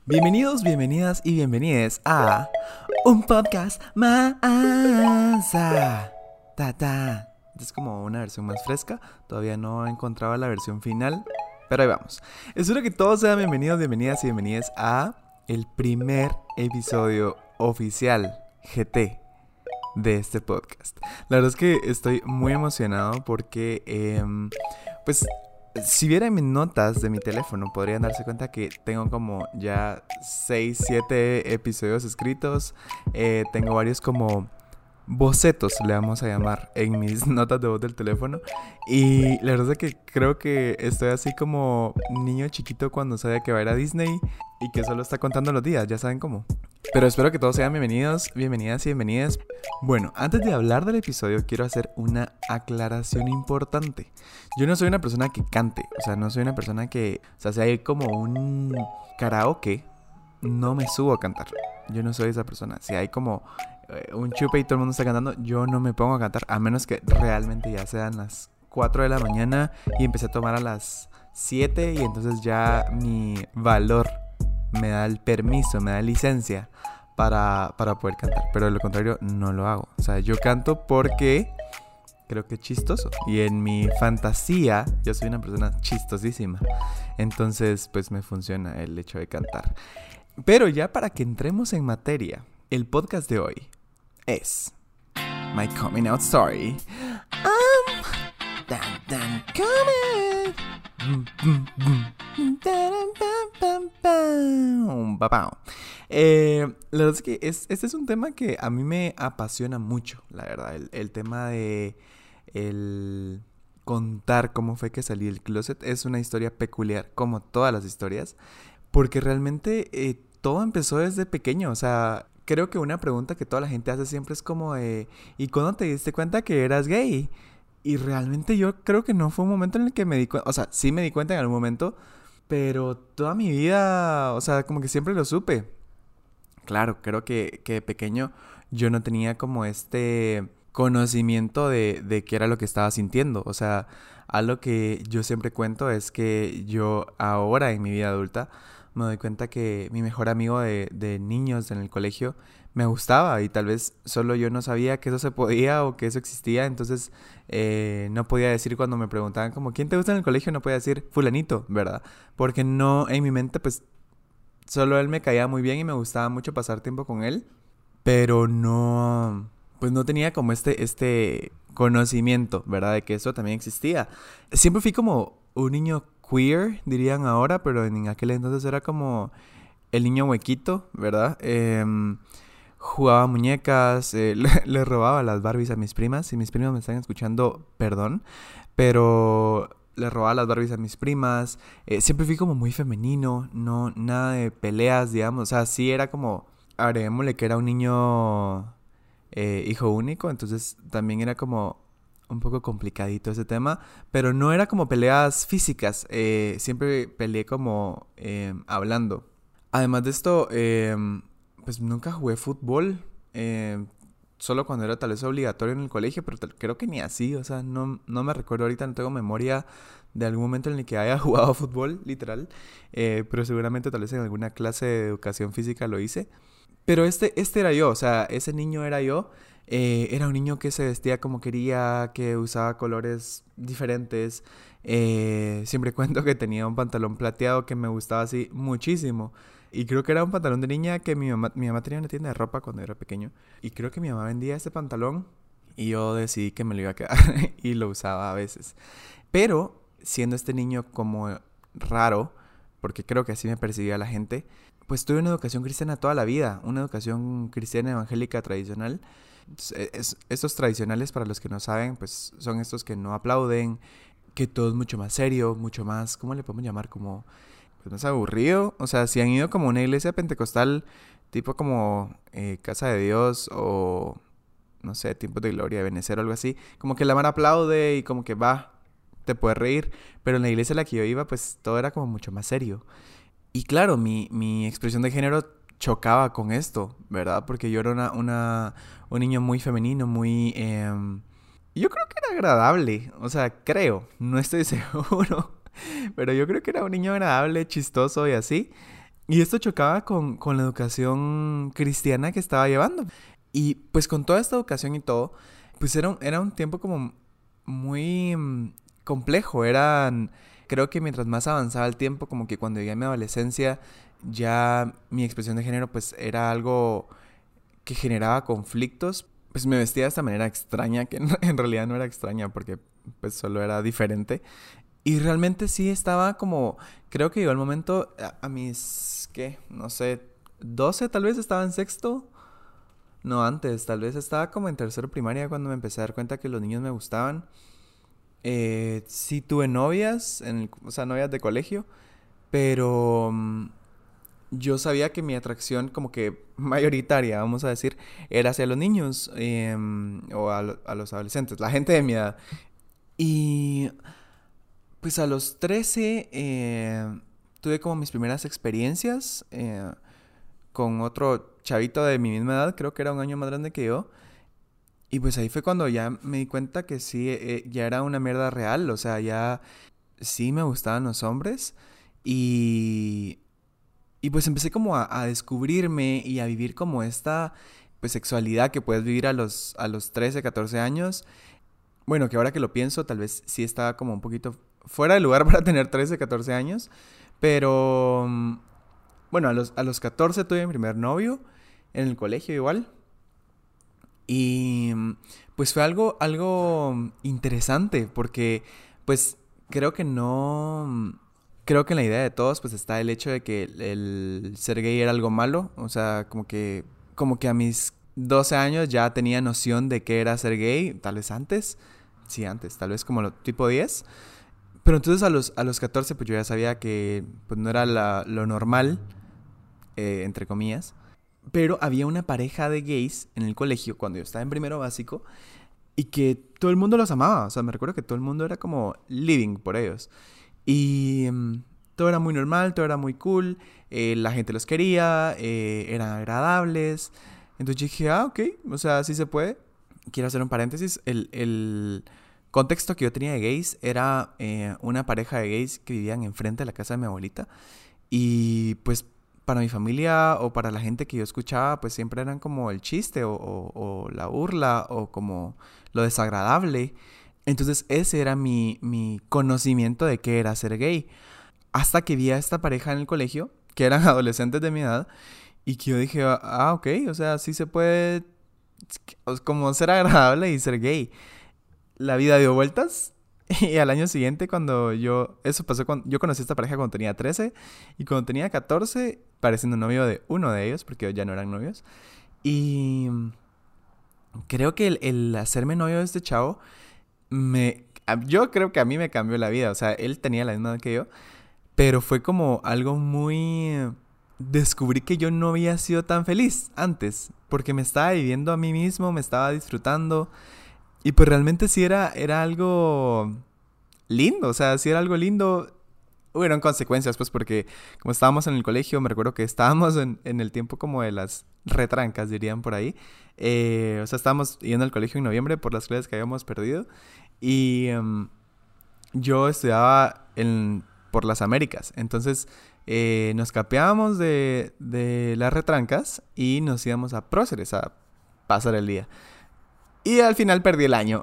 Bienvenidos, bienvenidas y bienvenides a un podcast más. Es como una versión más fresca. Todavía no he encontrado la versión final, pero ahí vamos. Espero que todos sean bienvenidos, bienvenidas y bienvenidas a el primer episodio oficial GT de este podcast. La verdad es que estoy muy emocionado porque, pues, si vieran mis notas de mi teléfono, podrían darse cuenta que tengo como ya 6, 7 episodios escritos. Tengo varios como bocetos, le vamos a llamar, en mis notas de voz del teléfono. Y la verdad es que creo que estoy así como niño chiquito cuando sabe que va a ir a Disney y que solo está contando los días, ya saben cómo. Pero espero que todos sean bienvenidos, bienvenidas y bienvenidas. Bueno, antes de hablar del episodio, quiero hacer una aclaración importante. Yo no soy una persona que cante, o sea, no soy una persona que, o sea, si hay como un karaoke, no me subo a cantar. Yo no soy esa persona. Si hay como un chupe y todo el mundo está cantando, yo no me pongo a cantar, a menos que realmente ya sean las 4 de la mañana y empecé a tomar a las 7 y entonces ya mi valor me da el permiso, me da licencia para poder cantar. Pero de lo contrario, no lo hago. O sea, yo canto porque creo que es chistoso. Y en mi fantasía, yo soy una persona chistosísima. Entonces, pues me funciona el hecho de cantar. Pero ya para que entremos en materia, el podcast de hoy es My Coming Out Story. Coming. La verdad es que este es un tema que a mí me apasiona mucho, la verdad. El tema de el contar cómo fue que salí del closet es una historia peculiar, como todas las historias, porque realmente todo empezó desde pequeño. O sea, creo que una pregunta que toda la gente hace siempre es como ¿y cuándo te diste cuenta que eras gay? Y realmente yo creo que no fue un momento en el que me di cuenta. O sea, sí me di cuenta en algún momento, pero toda mi vida, o sea, como que siempre lo supe. Claro, creo que de pequeño yo no tenía como este conocimiento de qué era lo que estaba sintiendo. O sea, algo que yo siempre cuento es que yo ahora en mi vida adulta me doy cuenta que mi mejor amigo de niños en el colegio me gustaba y tal vez solo yo no sabía que eso se podía o que eso existía. Entonces no podía decir cuando me preguntaban como ¿quién te gusta en el colegio? No podía decir fulanito, ¿verdad? Porque no, en mi mente pues solo él me caía muy bien y me gustaba mucho pasar tiempo con él, pero no, pues no tenía como este conocimiento, ¿verdad? De que eso también existía. Siempre fui como un niño queer, dirían ahora, pero en aquel entonces era como el niño huequito, ¿verdad? Jugaba muñecas, le robaba las Barbies a mis primas. Si mis primas me están escuchando, perdón, pero le robaba las Barbies a mis primas. Siempre fui como muy femenino, no, nada de peleas, digamos. O sea, sí era como, agreguémosle que era un niño hijo único, entonces también era como un poco complicadito ese tema, pero no era como peleas físicas, siempre peleé como hablando. Además de esto, pues nunca jugué fútbol, solo cuando era tal vez obligatorio en el colegio, pero creo que ni así. O sea, no me recuerdo ahorita, no tengo memoria de algún momento en el que haya jugado fútbol, literal, pero seguramente tal vez en alguna clase de educación física lo hice. Pero este era yo, o sea, ese niño era yo. Era un niño que se vestía como quería, que usaba colores diferentes. Siempre cuento que tenía un pantalón plateado que me gustaba así muchísimo. Y creo que era un pantalón de niña que mi mamá tenía una tienda de ropa cuando era pequeño. Y creo que mi mamá vendía ese pantalón y yo decidí que me lo iba a quedar y lo usaba a veces. Pero siendo este niño como raro, porque creo que así me percibía la gente, pues tuve una educación cristiana toda la vida, una educación cristiana evangélica tradicional. Estos tradicionales, para los que no saben, pues son estos que no aplauden, que todo es mucho más serio, mucho más, ¿cómo le podemos llamar? Como, pues más aburrido. O sea, si han ido como a una iglesia pentecostal, tipo como Casa de Dios o, no sé, Tiempos de Gloria, de Benecer o algo así, como que la mara aplaude y como que va, te puedes reír. Pero en la iglesia a la que yo iba, pues todo era como mucho más serio. Y claro, mi expresión de género chocaba con esto, ¿verdad? Porque yo era un niño muy femenino, muy... yo creo que era agradable, o sea, creo, no estoy seguro, pero yo creo que era un niño agradable, chistoso y así. Y esto chocaba con la educación cristiana que estaba llevando. Y pues con toda esta educación y todo, pues era un tiempo como muy complejo. Creo que mientras más avanzaba el tiempo, como que cuando llegué a mi adolescencia, ya mi expresión de género pues era algo que generaba conflictos. Pues me vestía de esta manera extraña, que en realidad no era extraña porque pues solo era diferente. Y realmente sí estaba como, creo que llegó el momento a mis, ¿qué? No sé, 12 tal vez estaba en sexto. No, antes, tal vez estaba como en tercero primaria cuando me empecé a dar cuenta que los niños me gustaban. Sí tuve novias, o sea, novias de colegio, pero yo sabía que mi atracción como que mayoritaria, vamos a decir, era hacia los niños o a los adolescentes, la gente de mi edad. Y pues a los 13 tuve como mis primeras experiencias con otro chavito de mi misma edad, creo que era un año más grande que yo. Y pues ahí fue cuando ya me di cuenta que sí, ya era una mierda real, o sea, ya sí me gustaban los hombres. Y, y pues empecé como a descubrirme y a vivir como esta pues sexualidad que puedes vivir a los 13 14 años. Bueno, que ahora que lo pienso, tal vez sí estaba como un poquito fuera de lugar para tener 13 14 años. Pero bueno, a los 14 tuve mi primer novio en el colegio igual. Y pues fue algo interesante porque pues creo que no... Creo que en la idea de todos pues está el hecho de que el ser gay era algo malo. O sea, como que a mis 12 años ya tenía noción de qué era ser gay, tal vez antes. Sí, antes, tal vez como lo tipo 10. Pero entonces a los 14 pues yo ya sabía que pues no era lo normal, entre comillas. Pero había una pareja de gays en el colegio cuando yo estaba en primero básico y que todo el mundo los amaba. O sea, me recuerdo que todo el mundo era como living por ellos. Y todo era muy normal, todo era muy cool. La gente los quería, eran agradables. Entonces dije, ah, ok, o sea, sí se puede. Quiero hacer un paréntesis. El contexto que yo tenía de gays era una pareja de gays que vivían enfrente de la casa de mi abuelita. Y pues para mi familia o para la gente que yo escuchaba, pues siempre eran como el chiste o la burla o como lo desagradable. Entonces ese era mi conocimiento de qué era ser gay. Hasta que vi a esta pareja en el colegio, que eran adolescentes de mi edad, y que yo dije, ah, ok, o sea, sí se puede como ser agradable y ser gay. La vida dio vueltas. Y al año siguiente, eso pasó cuando yo conocí a esta pareja cuando tenía 13 y cuando tenía 14, pareciendo novio de uno de ellos, porque ya no eran novios. Y creo que el hacerme novio de este chavo, yo creo que a mí me cambió la vida. O sea, él tenía la misma edad que yo, pero fue como algo muy... Descubrí que yo no había sido tan feliz antes, porque me estaba viviendo a mí mismo, me estaba disfrutando. Y pues realmente sí era algo lindo, o sea, sí era algo lindo. Hubieron consecuencias, pues, porque como estábamos en el colegio, me recuerdo que estábamos en el tiempo como de las retrancas, dirían por ahí. O sea, estábamos yendo al colegio en noviembre por las clases que habíamos perdido. Y yo estudiaba por las Américas. Entonces nos capeábamos de las retrancas y nos íbamos a Próceres a pasar el día. Y al final perdí el año.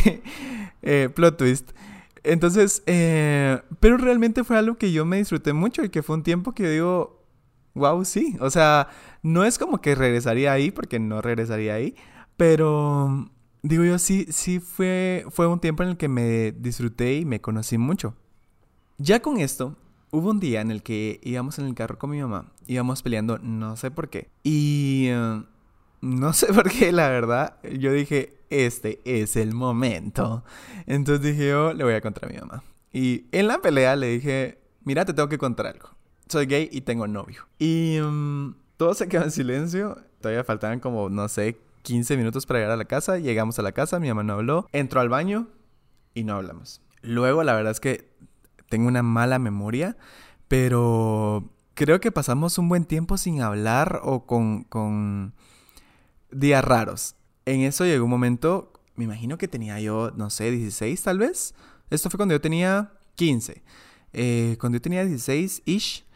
Plot twist. Entonces, pero realmente fue algo que yo me disfruté mucho y que fue un tiempo que yo digo, wow, sí. O sea, no es como que regresaría ahí, porque no regresaría ahí, pero digo yo, sí fue un tiempo en el que me disfruté y me conocí mucho. Ya con esto, hubo un día en el que íbamos en el carro con mi mamá, íbamos peleando, no sé por qué. Y no sé por qué, la verdad, yo dije, este es el momento. Entonces dije, yo le voy a contar a mi mamá. Y en la pelea le dije, mira, te tengo que contar algo. Soy gay y tengo novio. Y todo se quedó en silencio. Todavía faltaban como, no sé, 15 minutos para llegar a la casa. Llegamos a la casa, mi mamá no habló. Entró al baño y no hablamos. Luego, la verdad es que tengo una mala memoria, pero creo que pasamos un buen tiempo sin hablar o con días raros. En eso llegó un momento, me imagino que tenía yo, no sé, 16 tal vez. Esto fue cuando yo tenía 15. Cuando yo tenía 16-ish,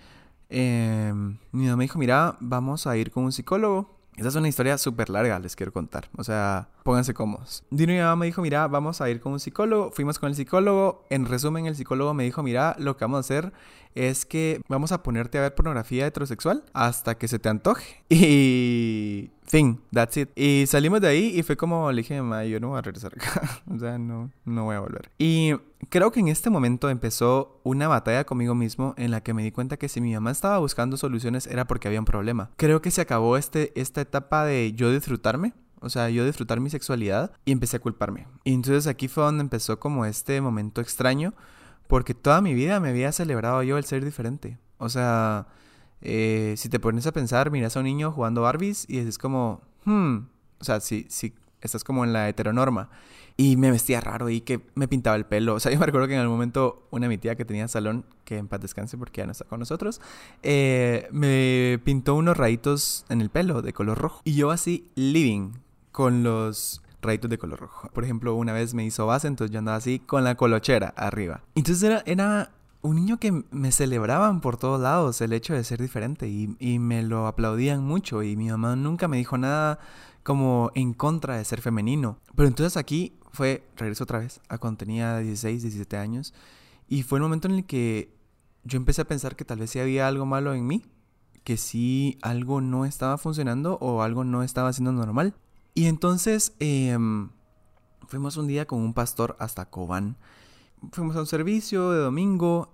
Mi mamá me dijo, mira, vamos a ir con un psicólogo. Esa es una historia súper larga, les quiero contar. O sea, pónganse cómodos. Dino y mi mamá me dijo, mira, vamos a ir con un psicólogo. Fuimos con el psicólogo. En resumen, el psicólogo me dijo, mira, lo que vamos a hacer es que vamos a ponerte a ver pornografía heterosexual hasta que se te antoje. Y... fin, that's it. Y salimos de ahí y fue como, le dije, mamá, yo no voy a regresar acá. O sea, no voy a volver. Y creo que en este momento empezó una batalla conmigo mismo en la que me di cuenta que si mi mamá estaba buscando soluciones era porque había un problema. Creo que se acabó esta etapa de yo disfrutarme. O sea, yo disfrutar mi sexualidad y empecé a culparme. Y entonces aquí fue donde empezó como este momento extraño, porque toda mi vida me había celebrado yo el ser diferente. O sea, si te pones a pensar, miras a un niño jugando Barbies y es como, o sea, si estás como en la heteronorma. Y me vestía raro y que me pintaba el pelo. O sea, yo me recuerdo que en algún momento una de mi tía que tenía salón, que en paz descanse porque ya no está con nosotros, me pintó unos rayitos en el pelo de color rojo. Y yo así, living con los rayitos de color rojo. Por ejemplo, una vez me hizo base, entonces yo andaba así con la colochera arriba. Entonces era un niño que me celebraban por todos lados el hecho de ser diferente y me lo aplaudían mucho y mi mamá nunca me dijo nada como en contra de ser femenino. Pero entonces aquí regreso otra vez a cuando tenía 16, 17 años y fue el momento en el que yo empecé a pensar que tal vez sí había algo malo en mí, que sí algo no estaba funcionando o algo no estaba siendo normal. Y entonces fuimos un día con un pastor hasta Cobán. Fuimos a un servicio de domingo.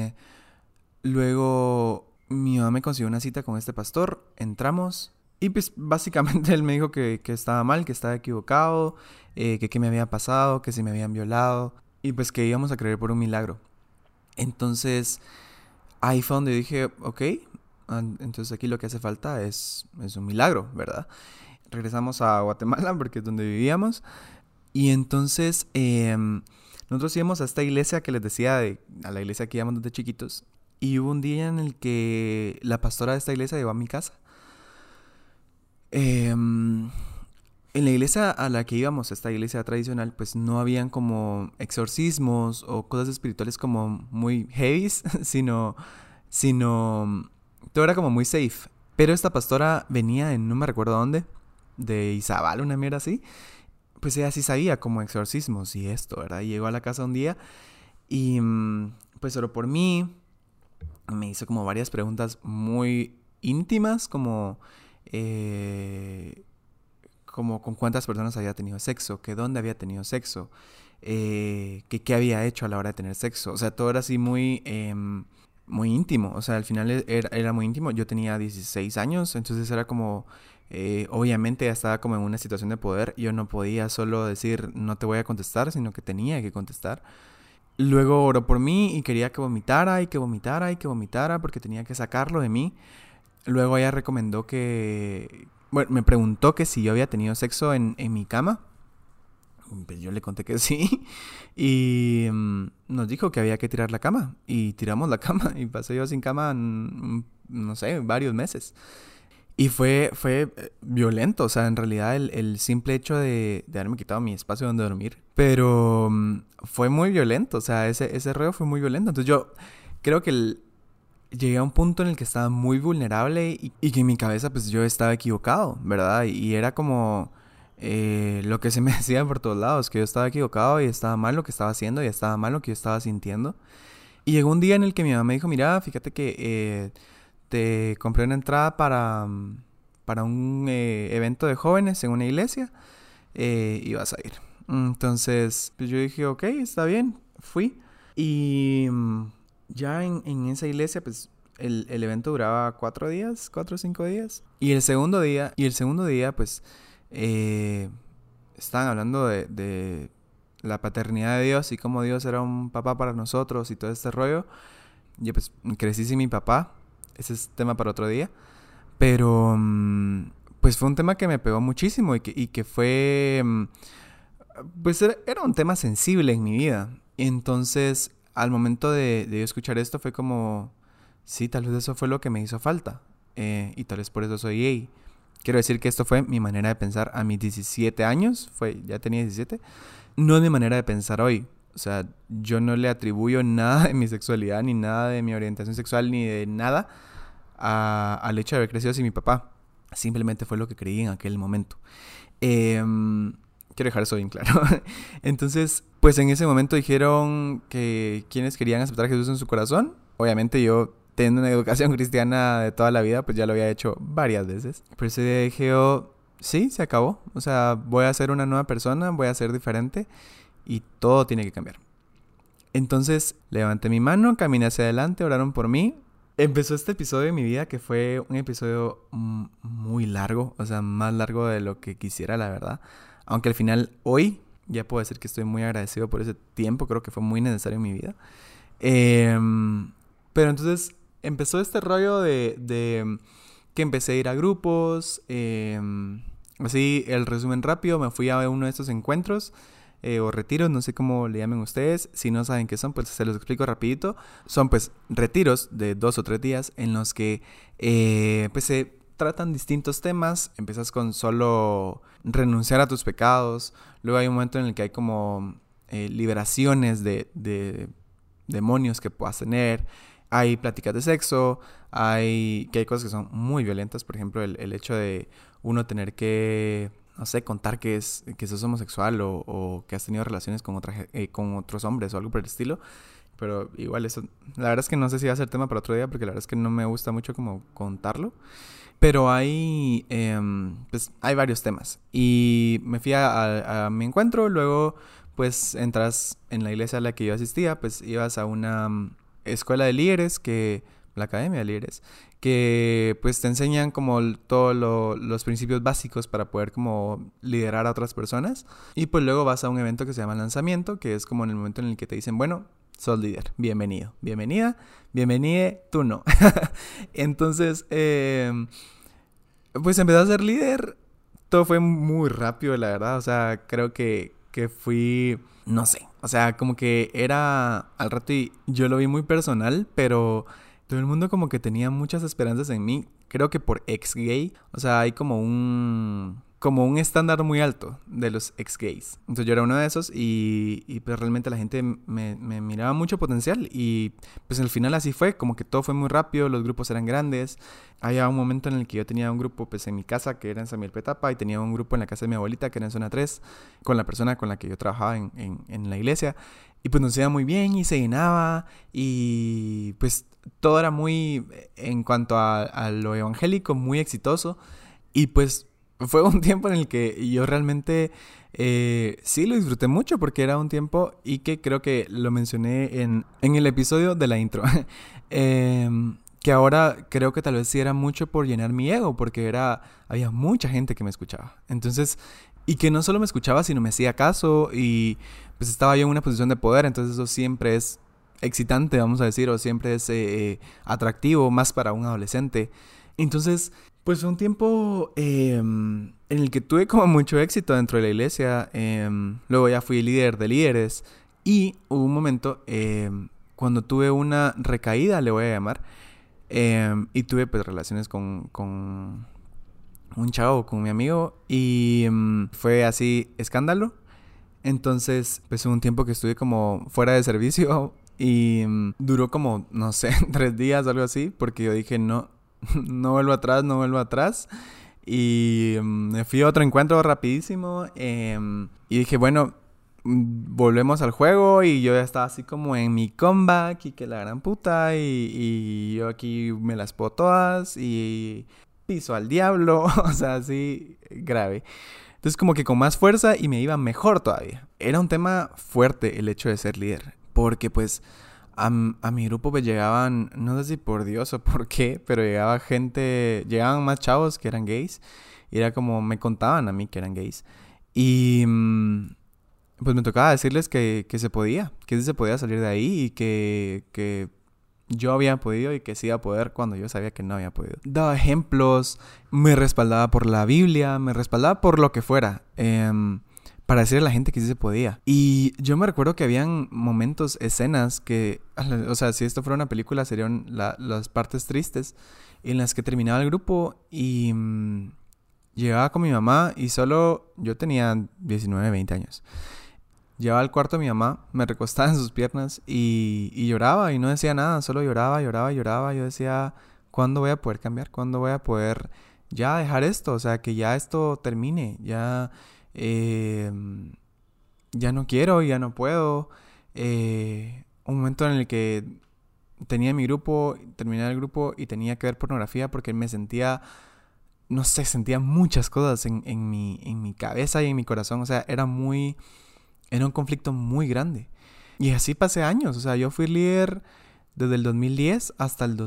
Luego mi mamá me consiguió una cita con este pastor. Entramos. Y pues básicamente él me dijo que estaba mal, que estaba equivocado, que qué me había pasado, que si me habían violado. Y pues que íbamos a creer por un milagro. Entonces ahí fue donde dije, ok, entonces aquí lo que hace falta es un milagro, ¿verdad? Regresamos a Guatemala porque es donde vivíamos. Y entonces nosotros íbamos a esta iglesia que les decía, a la iglesia que íbamos desde chiquitos. Y hubo un día en el que la pastora de esta iglesia llegó a mi casa. En la iglesia a la que íbamos, esta iglesia tradicional, pues no habían como exorcismos o cosas espirituales como muy heavies, sino todo era como muy safe. Pero esta pastora venía en no me recuerdo dónde, de Izabal, una mierda así. Pues ella sí sabía como exorcismos y esto, ¿verdad? Y llegó a la casa un día y pues oró por mí. Me hizo como varias preguntas muy íntimas, como con cuántas personas había tenido sexo, que dónde había tenido sexo, que qué había hecho a la hora de tener sexo. O sea, todo era así muy íntimo. O sea, al final era muy íntimo. Yo tenía 16 años, entonces era como... obviamente ya estaba como en una situación de poder. Yo no podía solo decir no te voy a contestar, sino que tenía que contestar. Luego oró por mí y quería que vomitara y que vomitara y que vomitara porque tenía que sacarlo de mí. Luego ella recomendó bueno, me preguntó que si yo había tenido sexo en mi cama. Pues yo le conté que sí. Y nos dijo que había que tirar la cama. Y tiramos la cama. Y pasé yo sin cama, no sé, varios meses. Y fue violento, o sea, en realidad el simple hecho de haberme quitado mi espacio donde dormir. Pero fue muy violento, o sea, ese rollo fue muy violento. Entonces yo creo que llegué a un punto en el que estaba muy vulnerable y que en mi cabeza pues yo estaba equivocado, ¿verdad? Y era como lo que se me decía por todos lados, que yo estaba equivocado y estaba mal lo que estaba haciendo y estaba mal lo que yo estaba sintiendo. Y llegó un día en el que mi mamá me dijo, mira, fíjate que... te compré una entrada para un evento de jóvenes en una iglesia y vas a ir. Entonces, pues yo dije, ok, está bien, fui. Y ya en esa iglesia, pues el evento duraba 4 o 5 días. Y el segundo día, pues estaban hablando de la paternidad de Dios y cómo Dios era un papá para nosotros y todo este rollo. Yo pues crecí sin mi papá. Ese es tema para otro día. Pero pues fue un tema que me pegó muchísimo y que fue... pues era un tema sensible en mi vida. Entonces, al momento de yo escuchar esto fue como... sí, tal vez eso fue lo que me hizo falta. Y tal vez por eso soy gay. Quiero decir que esto fue mi manera de pensar a mis 17 años. Ya tenía 17. No es mi manera de pensar hoy. O sea, yo no le atribuyo nada de mi sexualidad, ni nada de mi orientación sexual, ni de nada al hecho de haber crecido sin mi papá. Simplemente fue lo que creí en aquel momento. Quiero dejar eso bien claro. Entonces, pues en ese momento dijeron que quienes querían aceptar a Jesús en su corazón. Obviamente yo, teniendo una educación cristiana de toda la vida, pues ya lo había hecho varias veces. Pero ese día dije, oh, sí, se acabó. O sea, voy a ser una nueva persona, voy a ser diferente y todo tiene que cambiar. Entonces levanté mi mano, caminé hacia adelante, oraron por mí. Empezó este episodio de mi vida que fue un episodio muy largo, o sea, más largo de lo que quisiera, la verdad. Aunque al final, hoy, ya puedo decir que estoy muy agradecido por ese tiempo, creo que fue muy necesario en mi vida. Pero entonces empezó este rollo de que empecé a ir a grupos. Así, el resumen rápido, me fui a uno de estos encuentros. O retiros, no sé cómo le llamen ustedes. Si no saben qué son, pues se los explico rapidito. Son pues retiros de 2 o 3 días en los que pues se tratan distintos temas. Empiezas con solo renunciar a tus pecados. Luego hay un momento en el que hay como liberaciones de demonios que puedas tener. Hay pláticas de sexo. Hay cosas que son muy violentas. Por ejemplo, el hecho de uno tener que, no sé, contar que sos homosexual o que has tenido relaciones con otros hombres o algo por el estilo. Pero igual eso, la verdad es que no sé si va a ser tema para otro día porque la verdad es que no me gusta mucho como contarlo. Pero pues hay varios temas. Y me fui a mi encuentro, luego pues entras en la iglesia a la que yo asistía, pues ibas a una escuela de líderes, la academia de líderes, que pues te enseñan como todos los principios básicos para poder como liderar a otras personas. Y pues luego vas a un evento que se llama lanzamiento, que es como en el momento en el que te dicen, bueno, sos líder, bienvenido, bienvenida, bienvenide, tú no. Entonces, pues empecé a ser líder. Todo fue muy rápido, la verdad. O sea, creo que fui, no sé, o sea, como que era al rato y yo lo vi muy personal, pero todo el mundo como que tenía muchas esperanzas en mí. Creo que por ex gay, o sea, hay como un estándar muy alto de los ex gays. Entonces yo era uno de esos y pues realmente la gente me miraba mucho potencial y pues al final así fue, como que todo fue muy rápido, los grupos eran grandes. Había un momento en el que yo tenía un grupo pues en mi casa que era en San Miguel Petapa y tenía un grupo en la casa de mi abuelita que era en Zona 3 con la persona con la que yo trabajaba en la iglesia. Y pues nos iba muy bien y se llenaba y pues todo era muy, en cuanto a lo evangélico, muy exitoso. Y pues fue un tiempo en el que yo realmente sí lo disfruté mucho porque era un tiempo y que creo que lo mencioné en el episodio de la intro. Que ahora creo que tal vez sí era mucho por llenar mi ego porque había mucha gente que me escuchaba. Entonces, y que no solo me escuchaba sino me hacía caso y pues estaba yo en una posición de poder. Entonces eso siempre es excitante, vamos a decir, o siempre es atractivo más para un adolescente. Entonces, pues fue un tiempo en el que tuve como mucho éxito dentro de la iglesia. Luego ya fui líder de líderes. Y hubo un momento cuando tuve una recaída, le voy a llamar. Y tuve pues relaciones con un chavo, con mi amigo. Y fue así escándalo. Entonces, pues hubo un tiempo que estuve como fuera de servicio. Y duró como, no sé, 3 días o algo así. Porque yo dije, no vuelvo atrás. Y me fui a otro encuentro rapidísimo. Y dije, bueno, volvemos al juego. Y yo ya estaba así como en mi comeback. Y que la gran puta. Y yo aquí me las puedo todas. Y piso al diablo. O sea, así grave. Entonces como que con más fuerza y me iba mejor todavía. Era un tema fuerte el hecho de ser líder. Porque pues a mi grupo pues llegaban, no sé si por Dios o por qué, pero llegaban más chavos que eran gays. Y era como, me contaban a mí que eran gays. Y pues me tocaba decirles que se podía, que sí se podía salir de ahí y que yo había podido y que sí iba a poder cuando yo sabía que no había podido. Daba ejemplos, me respaldaba por la Biblia, me respaldaba por lo que fuera. Para decirle a la gente que sí se podía. Y yo me recuerdo que habían momentos, escenas que, o sea, si esto fuera una película serían las partes tristes en las que terminaba el grupo y llegaba con mi mamá y solo yo tenía 19, 20 años. Llegaba al cuarto de mi mamá, me recostaba en sus piernas y lloraba y no decía nada, solo lloraba. Yo decía, ¿Cuándo voy a poder cambiar? ¿Cuándo voy a poder ya dejar esto? O sea, que ya esto termine. Eh, ya no quiero, ya no puedo. Un momento en el que tenía mi grupo, terminé el grupo y tenía que ver pornografía porque me sentía, no sé, sentía muchas cosas en mi cabeza y en mi corazón. O sea, era un conflicto muy grande. Y así pasé años. O sea, yo fui líder desde el 2010 hasta el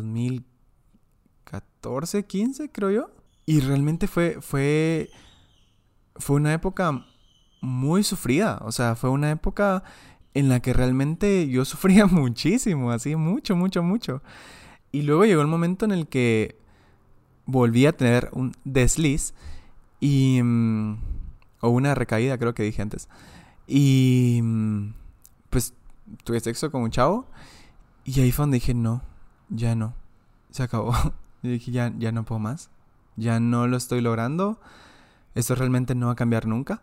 2014, 15, creo yo. Y realmente fue una época muy sufrida. O sea, fue una época en la que realmente yo sufría muchísimo, así, mucho, mucho, mucho. Y luego llegó el momento en el que volví a tener un desliz y... o una recaída, creo que dije antes. Y... pues tuve sexo con un chavo y ahí fue donde dije, no, ya no, se acabó. Y dije, ya no puedo más, ya no lo estoy logrando, esto realmente no va a cambiar nunca.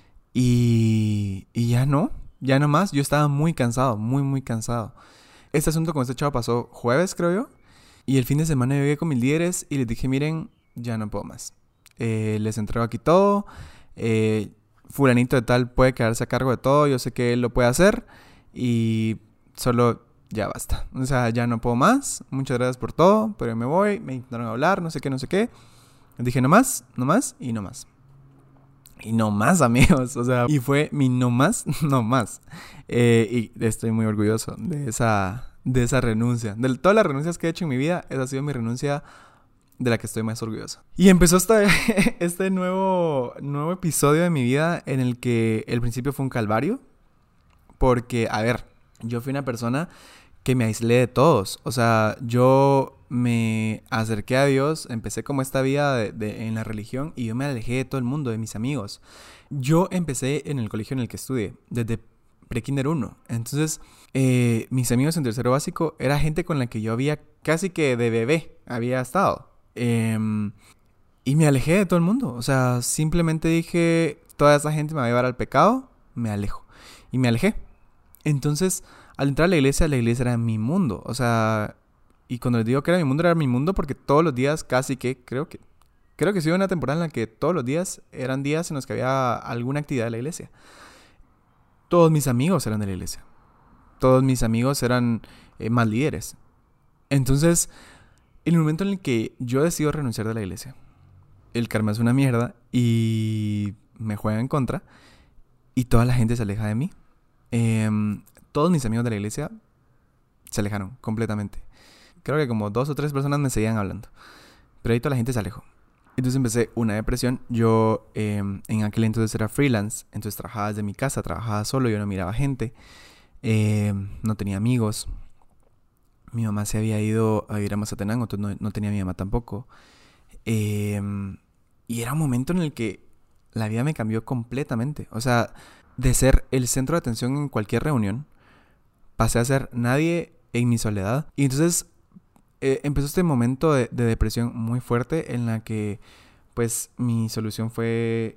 Y ya no más. Yo estaba muy cansado, muy, muy cansado. Este asunto con este chavo pasó jueves, creo yo. Y el fin de semana yo llegué con mis líderes y les dije, miren, ya no puedo más. Les entrego aquí todo. Fulanito de tal puede quedarse a cargo de todo. Yo sé que él lo puede hacer. Y solo ya basta. O sea, ya no puedo más. Muchas gracias por todo, pero me voy. Me intentaron hablar, no sé qué, no sé qué. Les dije, no más y no más. Y no más, amigos, o sea, y fue mi no más, no más. Y estoy muy orgulloso de esa renuncia. De todas las renuncias que he hecho en mi vida, esa ha sido mi renuncia de la que estoy más orgulloso. Y empezó este nuevo episodio de mi vida en el que el principio fue un calvario. Porque, a ver, yo fui una persona que me aislé de todos. O sea, yo me acerqué a Dios, empecé como esta vida en la religión y yo me alejé de todo el mundo, de mis amigos. Yo empecé en el colegio en el que estudié, desde prekinder 1. Entonces, mis amigos en tercero básico era gente con la que yo había casi que de bebé había estado. Y me alejé de todo el mundo. O sea, simplemente dije, toda esa gente me va a llevar al pecado, me alejo. Y me alejé. Entonces, al entrar a la iglesia era mi mundo. O sea, y cuando les digo que era mi mundo porque todos los días casi que, creo que sí hubo una temporada en la que todos los días eran días en los que había alguna actividad de la iglesia. Todos mis amigos eran de la iglesia. Todos mis amigos eran más líderes. Entonces, en el momento en el que yo decido renunciar de la iglesia, el karma es una mierda y me juega en contra y toda la gente se aleja de mí. Todos mis amigos de la iglesia se alejaron completamente. Creo que como 2 o 3 personas me seguían hablando, pero ahí toda la gente se alejó. Entonces empecé una depresión. Yo en aquel entonces era freelance, entonces trabajaba desde mi casa, trabajaba solo, yo no miraba gente, no tenía amigos. Mi mamá se había ido a vivir a Mazatenango, entonces no tenía a mi mamá tampoco. Y era un momento en el que la vida me cambió completamente. O sea, de ser el centro de atención en cualquier reunión, pasé a ser nadie en mi soledad. Y entonces empezó este momento de depresión muy fuerte en la que pues mi solución fue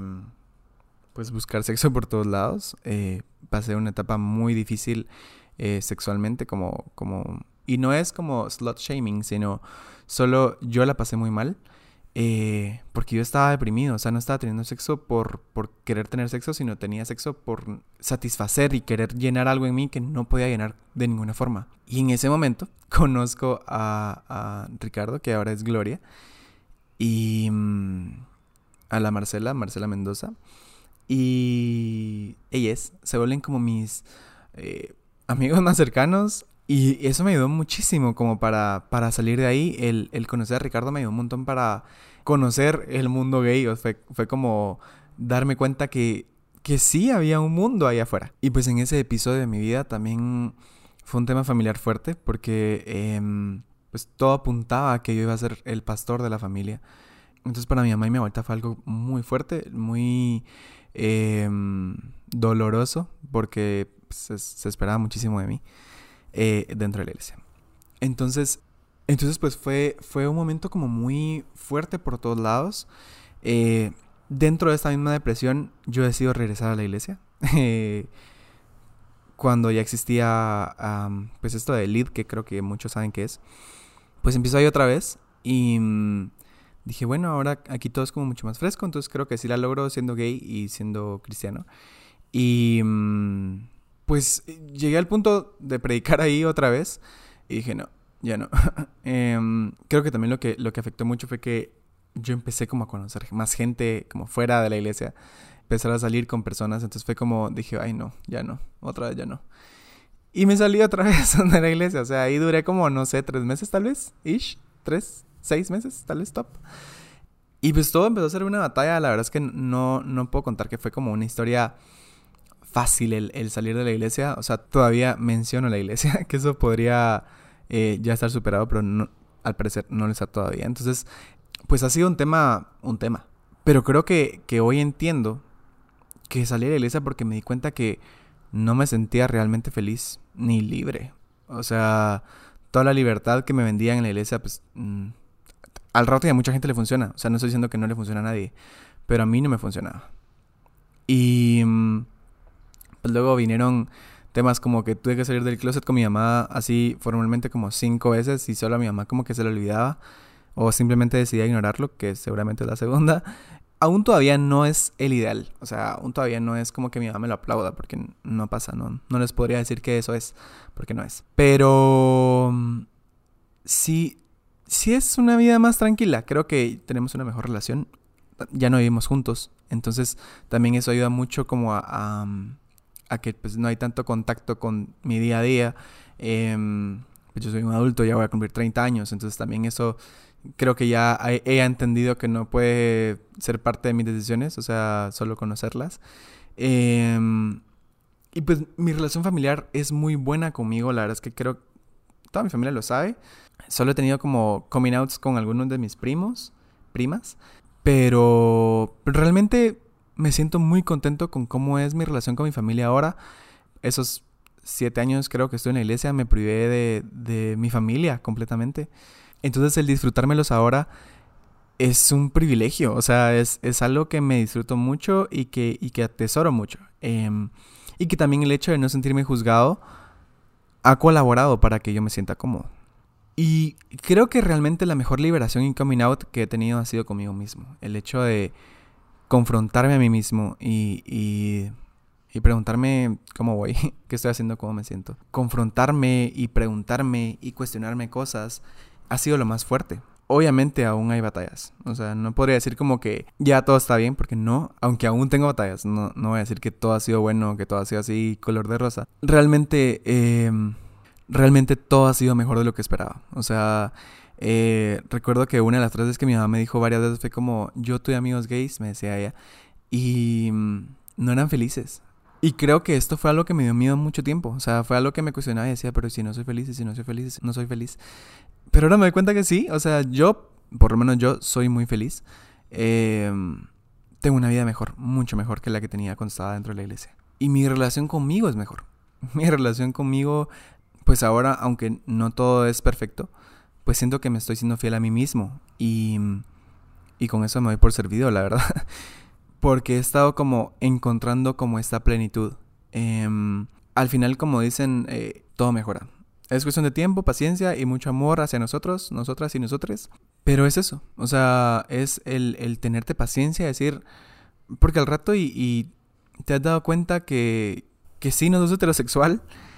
pues buscar sexo por todos lados. Pasé una etapa muy difícil sexualmente y no es como slut shaming, sino solo yo la pasé muy mal. Porque yo estaba deprimido, o sea, no estaba teniendo sexo por querer tener sexo, sino tenía sexo por satisfacer y querer llenar algo en mí que no podía llenar de ninguna forma. Y en ese momento conozco a Ricardo, que ahora es Gloria, y a la Marcela Mendoza, y ellas se vuelven como mis amigos más cercanos. Y eso me ayudó muchísimo como para salir de ahí. El conocer a Ricardo me ayudó un montón para conocer el mundo gay. O sea, fue como darme cuenta que sí había un mundo ahí afuera. Y pues en ese episodio de mi vida también fue un tema familiar fuerte porque pues todo apuntaba a que yo iba a ser el pastor de la familia. Entonces para mi mamá y mi abuelita fue algo muy fuerte, muy doloroso porque se esperaba muchísimo de mí. Dentro de la iglesia. Entonces pues fue un momento como muy fuerte por todos lados. Dentro de esta misma depresión yo decido regresar a la iglesia. Cuando ya existía pues esto de Lead, que creo que muchos saben qué es. pues empiezo ahí otra vez y dije, bueno, ahora aquí todo es como mucho más fresco, entonces creo que sí la logro siendo gay y siendo cristiano. Y pues llegué al punto de predicar ahí otra vez y dije, no, ya no. Creo que también lo que afectó mucho fue que yo empecé como a conocer más gente como fuera de la iglesia, empezar a salir con personas, entonces fue como, dije, ay no, ya no, otra vez ya no. Y me salí otra vez de la iglesia, o sea, ahí duré como, no sé, 3 meses tal vez, 6 meses tal vez top. Y pues todo empezó a ser una batalla, la verdad es que no puedo contar que fue como una historia fácil el salir de la iglesia, o sea, todavía menciono la iglesia, que eso podría ya estar superado, pero no, al parecer no lo está todavía. Entonces, pues ha sido un tema, pero creo que hoy entiendo que salí de la iglesia porque me di cuenta que no me sentía realmente feliz ni libre. O sea, toda la libertad que me vendían en la iglesia, pues al rato y a mucha gente le funciona. O sea, no estoy diciendo que no le funciona a nadie, pero a mí no me funcionaba. Y pues luego vinieron temas como que tuve que salir del closet con mi mamá así formalmente como 5 veces y solo a mi mamá como que se le olvidaba o simplemente decidía ignorarlo, que seguramente es la segunda. Aún todavía no es el ideal, o sea, aún todavía no es como que mi mamá me lo aplauda porque no pasa, no les podría decir que eso es, porque no es. Pero sí, sí es una vida más tranquila, creo que tenemos una mejor relación, ya no vivimos juntos, entonces también eso ayuda mucho como a que pues no hay tanto contacto con mi día a día. Pues yo soy un adulto, ya voy a cumplir 30 años, entonces también eso creo que ya he entendido que no puede ser parte de mis decisiones, o sea, solo conocerlas. Y pues mi relación familiar es muy buena conmigo, la verdad es que creo toda mi familia lo sabe. Solo he tenido como coming outs con algunos de mis primas, pero realmente me siento muy contento con cómo es mi relación con mi familia ahora. Esos 7 años creo que estoy en la iglesia, me privé de mi familia completamente. Entonces el disfrutármelos ahora es un privilegio, o sea, es algo que me disfruto mucho y que atesoro mucho. Y que también el hecho de no sentirme juzgado ha colaborado para que yo me sienta cómodo. Y creo que realmente la mejor liberación y coming out que he tenido ha sido conmigo mismo. El hecho de confrontarme a mí mismo y preguntarme cómo voy, qué estoy haciendo, cómo me siento. Confrontarme y preguntarme y cuestionarme cosas ha sido lo más fuerte. Obviamente aún hay batallas. O sea, no podría decir como que ya todo está bien, porque no, aunque aún tengo batallas. No voy a decir que todo ha sido bueno, que todo ha sido así color de rosa. Realmente todo ha sido mejor de lo que esperaba. O sea, recuerdo que una de las frases que mi mamá me dijo varias veces fue como, yo tuve amigos gays, me decía ella, y no eran felices. Y creo que esto fue algo que me dio miedo mucho tiempo. O sea, fue algo que me cuestionaba y decía, pero si no soy feliz, y si no soy feliz, no soy feliz. Pero ahora me doy cuenta que sí. O sea, yo, por lo menos yo, soy muy feliz. Tengo una vida mejor, mucho mejor que la que tenía cuando estaba dentro de la iglesia. Y mi relación conmigo es mejor. Mi relación conmigo, pues ahora, aunque no todo es perfecto, pues siento que me estoy siendo fiel a mí mismo. Y con eso me doy por servido, la verdad. Porque he estado como encontrando como esta plenitud. Al final, como dicen, todo mejora. Es cuestión de tiempo, paciencia y mucho amor hacia nosotros, nosotras y nosotres. Pero es eso. O sea, es el tenerte paciencia, decir... Porque al rato y te has dado cuenta que sí, no sos heterosexual.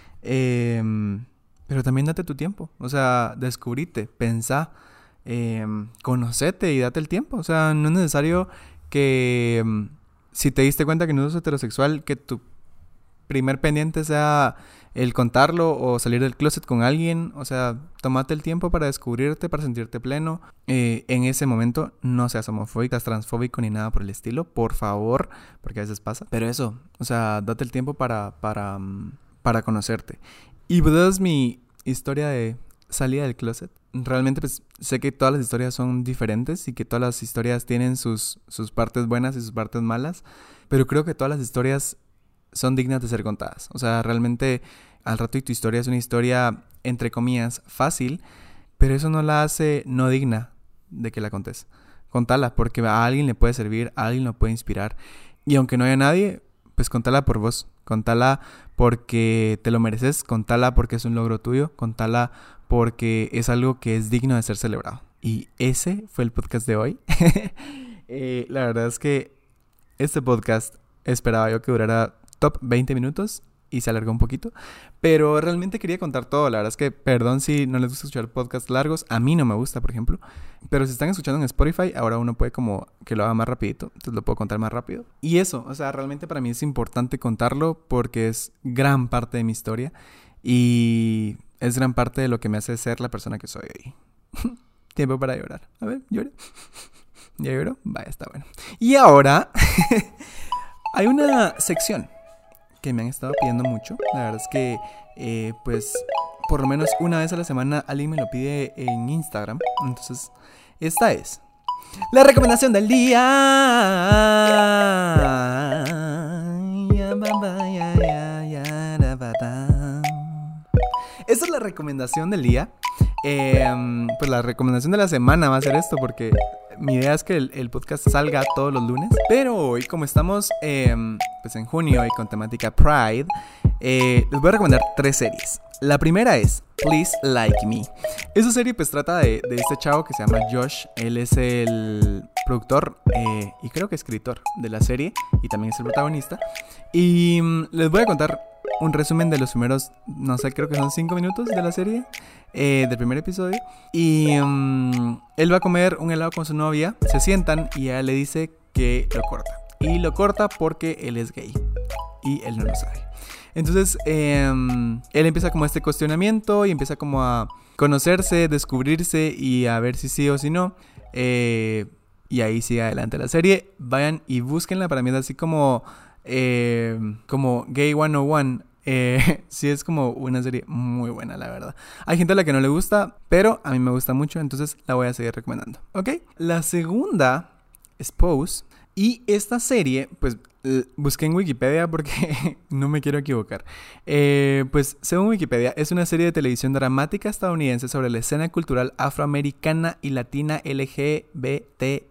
Pero también date tu tiempo. O sea, descubrite, pensá, conocete y date el tiempo. O sea, no es necesario que si te diste cuenta que no sos heterosexual, que tu primer pendiente sea el contarlo o salir del closet con alguien. O sea, tómate el tiempo para descubrirte, para sentirte pleno. En ese momento no seas homofóbico, transfóbico ni nada por el estilo, por favor, porque a veces pasa. Pero eso, o sea, date el tiempo para conocerte. Y pues mi historia de salida del closet. Realmente pues sé que todas las historias son diferentes y que todas las historias tienen sus partes buenas y sus partes malas, pero creo que todas las historias son dignas de ser contadas. O sea, realmente al rato y tu historia es una historia, entre comillas, fácil, pero eso no la hace no digna de que la contes. Contala, porque a alguien le puede servir, a alguien lo puede inspirar. Y aunque no haya nadie, pues contala por vos. Contala porque te lo mereces, contala porque es un logro tuyo, contala porque es algo que es digno de ser celebrado. Y ese fue el podcast de hoy. La verdad es que este podcast esperaba yo que durara top 20 minutos y se alargó un poquito, pero realmente quería contar todo. La verdad es que perdón si no les gusta escuchar podcasts largos, a mí no me gusta, por ejemplo, pero si están escuchando en Spotify, ahora uno puede como que lo haga más rapidito, entonces lo puedo contar más rápido. Y eso, o sea, realmente para mí es importante contarlo porque es gran parte de mi historia y es gran parte de lo que me hace ser la persona que soy hoy. Tiempo para llorar. A ver, llore. ¿Ya lloró? Vaya, está bueno. Y ahora hay una sección que me han estado pidiendo mucho. La verdad es que, pues, por lo menos una vez a la semana alguien me lo pide en Instagram. Entonces, esta es la recomendación del día. Esta es la recomendación del día. Pues la recomendación de la semana va a ser esto, porque mi idea es que el podcast salga todos los lunes. Pero hoy, como estamos pues en junio y con temática Pride, les voy a recomendar 3 series. La primera es Please Like Me. Esa serie pues trata de este chavo que se llama Josh. Él es el productor y creo que escritor de la serie, y también es el protagonista. Y les voy a contar un resumen de los primeros, no sé, creo que son 5 minutos de la serie, del primer episodio. Y él va a comer un helado con su novia, se sientan y ella le dice que lo corta. Y lo corta porque él es gay y él no lo sabe. Entonces él empieza como este cuestionamiento y empieza como a conocerse, descubrirse y a ver si sí o si no. Y ahí sigue adelante la serie. Vayan y búsquenla, para mí es así como Gay 101. Sí, es como una serie muy buena, la verdad. Hay gente a la que no le gusta, pero a mí me gusta mucho, entonces la voy a seguir recomendando, ¿ok? La segunda es Pose. Y esta serie, pues busqué en Wikipedia porque no me quiero equivocar. Pues según Wikipedia, es una serie de televisión dramática estadounidense sobre la escena cultural afroamericana y latina LGBTIQ+,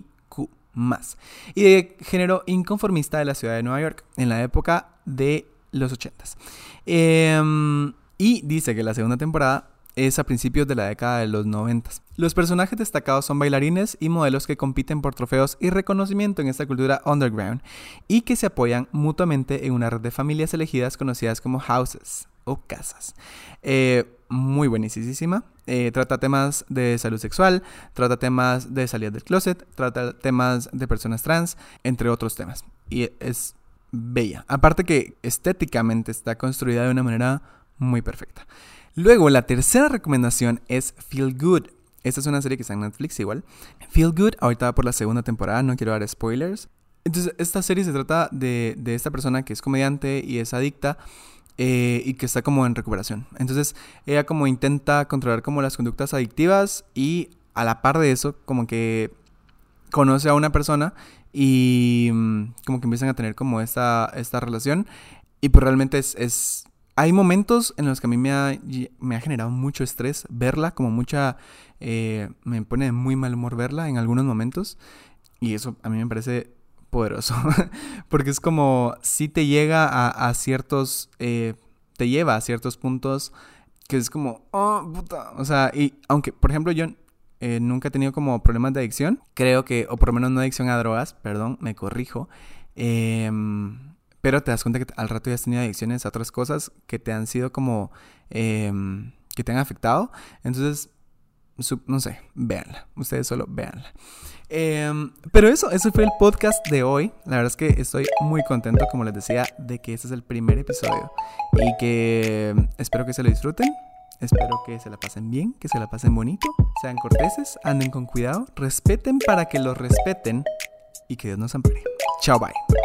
y de género inconformista de la ciudad de Nueva York en la época de los 80s. Y dice que la segunda temporada es a principios de la década de los 90s. Los personajes destacados son bailarines y modelos que compiten por trofeos y reconocimiento en esta cultura underground y que se apoyan mutuamente en una red de familias elegidas conocidas como houses o casas. Muy buenísima. Trata temas de salud sexual, trata temas de salida del closet, trata temas de personas trans, entre otros temas. Y es bella. Aparte que estéticamente está construida de una manera muy perfecta. Luego, la tercera recomendación es Feel Good. Esta es una serie que está en Netflix igual. Feel Good, ahorita va por la segunda temporada, no quiero dar spoilers. Entonces, esta serie se trata de esta persona que es comediante y es adicta y que está como en recuperación. Entonces, ella como intenta controlar como las conductas adictivas y a la par de eso, como que conoce a una persona y como que empiezan a tener como esta relación. Y pues realmente es hay momentos en los que a mí me ha generado mucho estrés verla, como me pone de muy mal humor verla en algunos momentos. Y eso a mí me parece poderoso. Porque es como si te llega a ciertos, te lleva a ciertos puntos que es como, oh, puta. O sea, y aunque, por ejemplo, yo nunca he tenido como problemas de adicción, creo que, o por lo menos no adicción a drogas, perdón, me corrijo. Pero te das cuenta que al rato ya has tenido adicciones a otras cosas que te han sido como, que te han afectado. Entonces, no sé, véanla. Ustedes solo véanla. Pero ese fue el podcast de hoy. La verdad es que estoy muy contento, como les decía, de que este es el primer episodio. Y que espero que se lo disfruten. Espero que se la pasen bien, que se la pasen bonito. Sean corteses, anden con cuidado, respeten para que los respeten. Y que Dios nos ampare. Chao, bye.